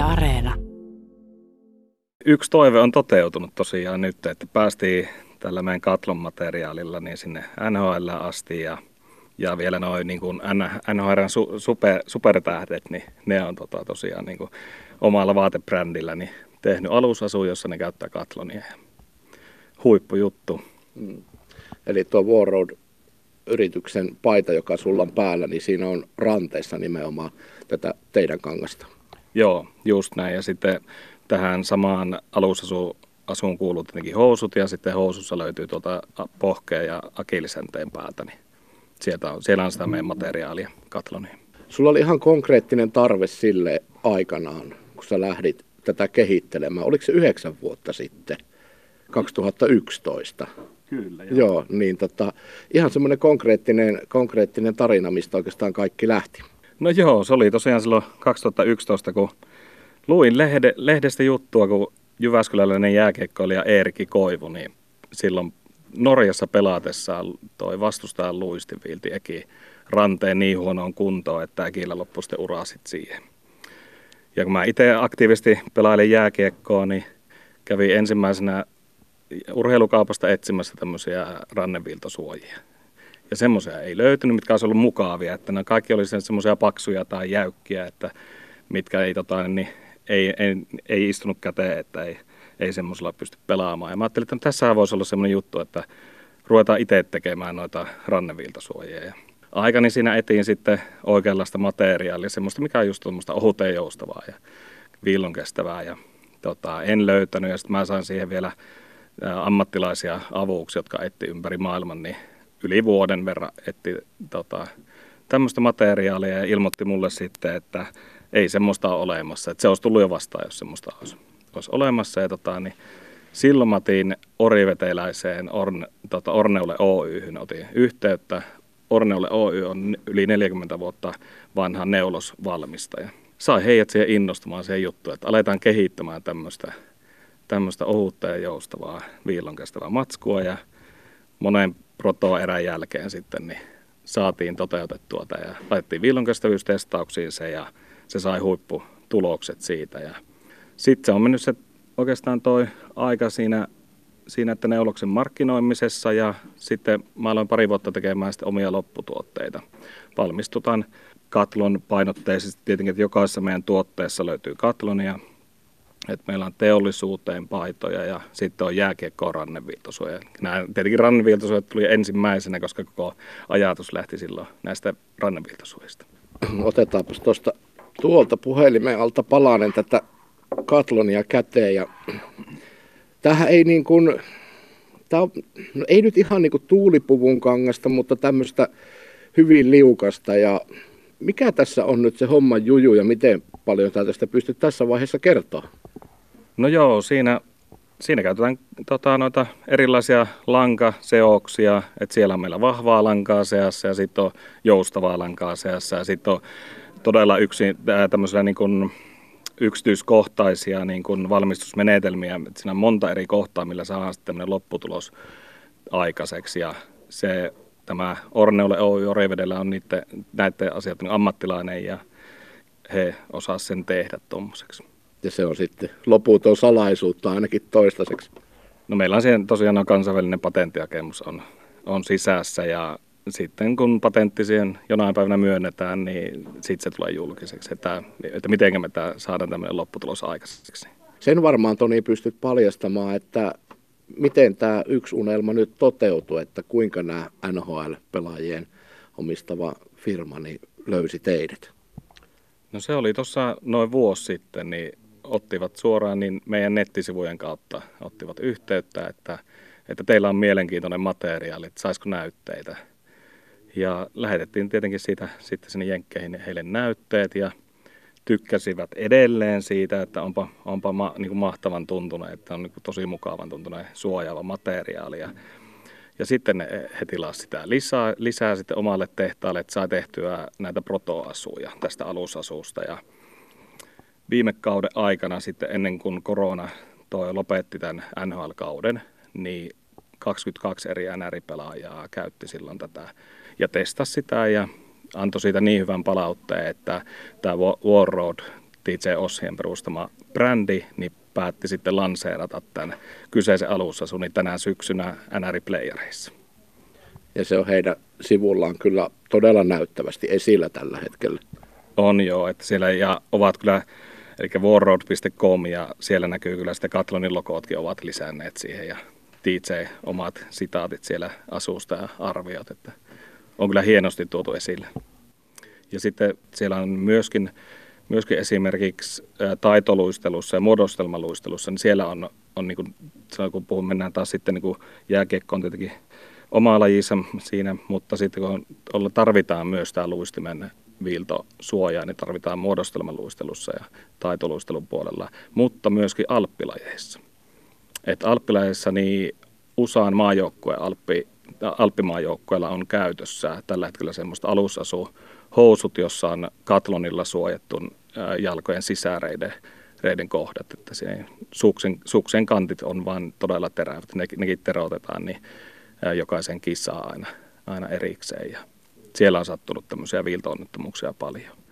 Areena. Yksi toive on toteutunut tosiaan nyt, että päästiin tällä meidän Katlon materiaalilla niin sinne NHL asti ja vielä noin niin kuin NHL:n supertähdet, niin ne on tosiaan niin kuin omalla vaatebrändillä niin tehnyt alusasun, jossa ne käyttää Katlonia. Huippujuttu. Eli tuo Warroad-yrityksen paita, joka sulla on päällä, niin siinä on ranteissa nimenomaan tätä teidän kangasta. Joo, just näin. Ja sitten tähän samaan alusasuun kuuluu tietenkin housut ja sitten housussa löytyy pohkea ja akillisänteen päältä. Niin siellä on sitä meidän materiaalia Katlonia. Sulla oli ihan konkreettinen tarve sille aikanaan, kun sä lähdit tätä kehittelemään. Oliko se 9 vuotta sitten? 2011. Kyllä, joo. Niin ihan semmoinen konkreettinen tarina, mistä oikeastaan kaikki lähti. No joo, se oli tosiaan silloin 2011, kun luin lehdestä juttua, kun jyväskyläläinen jääkiekkoilija Eerikki Koivu, niin silloin Norjassa pelatessaan toi vastustajan luistinvilti Eki ranteen niin huonoon kuntoon, että Ekillä loppui sitten ura siihen. Ja kun mä itse aktiivisesti pelailin jääkiekkoa, niin kävin ensimmäisenä urheilukaupasta etsimässä tämmöisiä ranneviiltosuojia. Ja semmoisia ei löytynyt, mitkä olisi ollut mukavia, että ne kaikki oli semmoisia paksuja tai jäykkiä, että mitkä ei istunut käteen, että ei semmoisella pysty pelaamaan. Ja mä ajattelin, että tässä voisi olla semmoinen juttu, että ruvetaan itse tekemään noita ranneviiltosuojia. Ja aikani siinä etiin sitten oikeanlaista materiaalia, semmoista mikä on just semmoista ohuteen joustavaa ja viillon kestävää. Ja en löytänyt ja sitten mä sain siihen vielä ammattilaisia avuksi, jotka etti ympäri maailman, niin yli vuoden verran etti tämmöistä materiaalia ja ilmoitti mulle sitten, että ei semmoista ole olemassa. Että se olisi tullut jo vastaan, jos semmoista olisi olemassa. Ja niin silloin mä otin oriveteläiseen Orneule Oy:hyn otin yhteyttä. Orneule Oy on yli 40 vuotta vanha neulosvalmistaja. Sai heidät siihen innostumaan siihen juttuun, että aletaan kehittämään tämmöistä ohutta ja joustavaa viillon kestävää matskua. Ja monen protoerän jälkeen sitten niin saatiin toteutettua ja laitettiin viillonkestävyystestauksiin se ja se sai huipputulokset siitä. Ja sitten se on mennyt se oikeastaan toi aika siinä, että neuloksen markkinoimisessa ja sitten mä aloin pari vuotta tekemään sitten omia lopputuotteita. Valmistutaan Katlon painotteisesti tietenkin, että jokaisessa meidän tuotteessa löytyy Katlonia. Että meillä on teollisuuteen paitoja ja sitten on jääkiekkoon ranneviiltosuoja. Tietenkin ranneviiltosuojat tuli ensimmäisenä, koska koko ajatus lähti silloin näistä ranneviiltosuojista. Otetaanpas tuolta puhelimen alta palanen tätä Katlonia käteen. Ja tämähän ei ei nyt ihan niin kuin tuulipuvun kangasta, mutta tämmöistä hyvin liukasta. Ja mikä tässä on nyt se homman juju ja miten paljon tästä pystyt tässä vaiheessa kertoa? No joo, siinä käytetään noita erilaisia lankaseoksia, että siellä on meillä vahvaa lankaa seassa ja sitten on joustavaa lankaa seassa ja sitten on todella tämmöisiä niin kuin yksityiskohtaisia niin kuin valmistusmenetelmiä, että siinä on monta eri kohtaa, millä saadaan sitten tämmöinen lopputulos aikaiseksi ja tämä Orneule Oy Orivedellä on näiden asioiden ammattilainen ja he osaa sen tehdä tuommoiseksi. Ja se on sitten loputon salaisuutta ainakin toistaiseksi. No meillä on siihen tosiaan kansainvälinen patenttihakemus on sisässä ja sitten kun patentti siihen jonain päivänä myönnetään, niin sitten se tulee julkiseksi, että miten me saadaan tämmöinen lopputulos aikaiseksi. Sen varmaan Toni pystyt paljastamaan, että miten tämä yksi unelma nyt toteutuu, että kuinka nämä NHL-pelaajien omistava firma niin löysi teidät? No se oli tuossa noin vuosi sitten, niin ottivat suoraan niin meidän nettisivujen kautta ottivat yhteyttä, että teillä on mielenkiintoinen materiaali, että saisiko näytteitä. Ja lähetettiin tietenkin siitä sitten sinne jenkkeihin heille näytteet ja tykkäsivät edelleen siitä, että onpa niin kuin mahtavan tuntunut, että on niin kuin tosi mukavan tuntunut suojaava materiaali. Ja sitten he tilasivat sitä lisää sitten omalle tehtaalle, että saa tehtyä näitä protoasuja tästä alusasusta. Ja viime kauden aikana sitten ennen kuin korona lopetti tämän NHL-kauden, niin 22 eri NR-pelaajaa käytti silloin tätä ja testasi sitä ja antoi siitä niin hyvän palautteen, että tämä Warroad DJ Ossien perustama brändi, niin päätti sitten lanseerata tämän kyseisen alusasun niin tänä syksynä NR-playereissa. Ja se on heidän sivullaan kyllä todella näyttävästi esillä tällä hetkellä. On joo, että siellä ja ovat kyllä, eli warroad.com ja siellä näkyy kyllä sitten Kathlonin logootkin ovat lisänneet siihen ja DJ omat sitaatit siellä asusta ja arviot, että on kyllä hienosti tuotu esille. Ja sitten siellä on myöskin esimerkiksi taitoluistelussa ja muodostelmaluistelussa, niin siellä on niin kuin, kun mennään taas sitten niin kuin jääkiekko on tietenkin oma lajissa siinä, mutta sitten kun tarvitaan myös tämä luistimen viiltosuojaa, niin tarvitaan muodostelmaluistelussa ja taitoluistelun puolella, mutta myöskin alppilajeissa. Että alppilajeissa niin USAn alppimaajoukkueella on käytössä tällä hetkellä semmoista alusasuhousut, jossa on Kathlonilla suojattu jalkojen sisäreiden kohdat, että suksen kantit on vain todella terävät, nekin terotetaan niin jokaisen kissaan aina erikseen ja siellä on sattunut tämmöisiä viilto-onnettomuuksia paljon.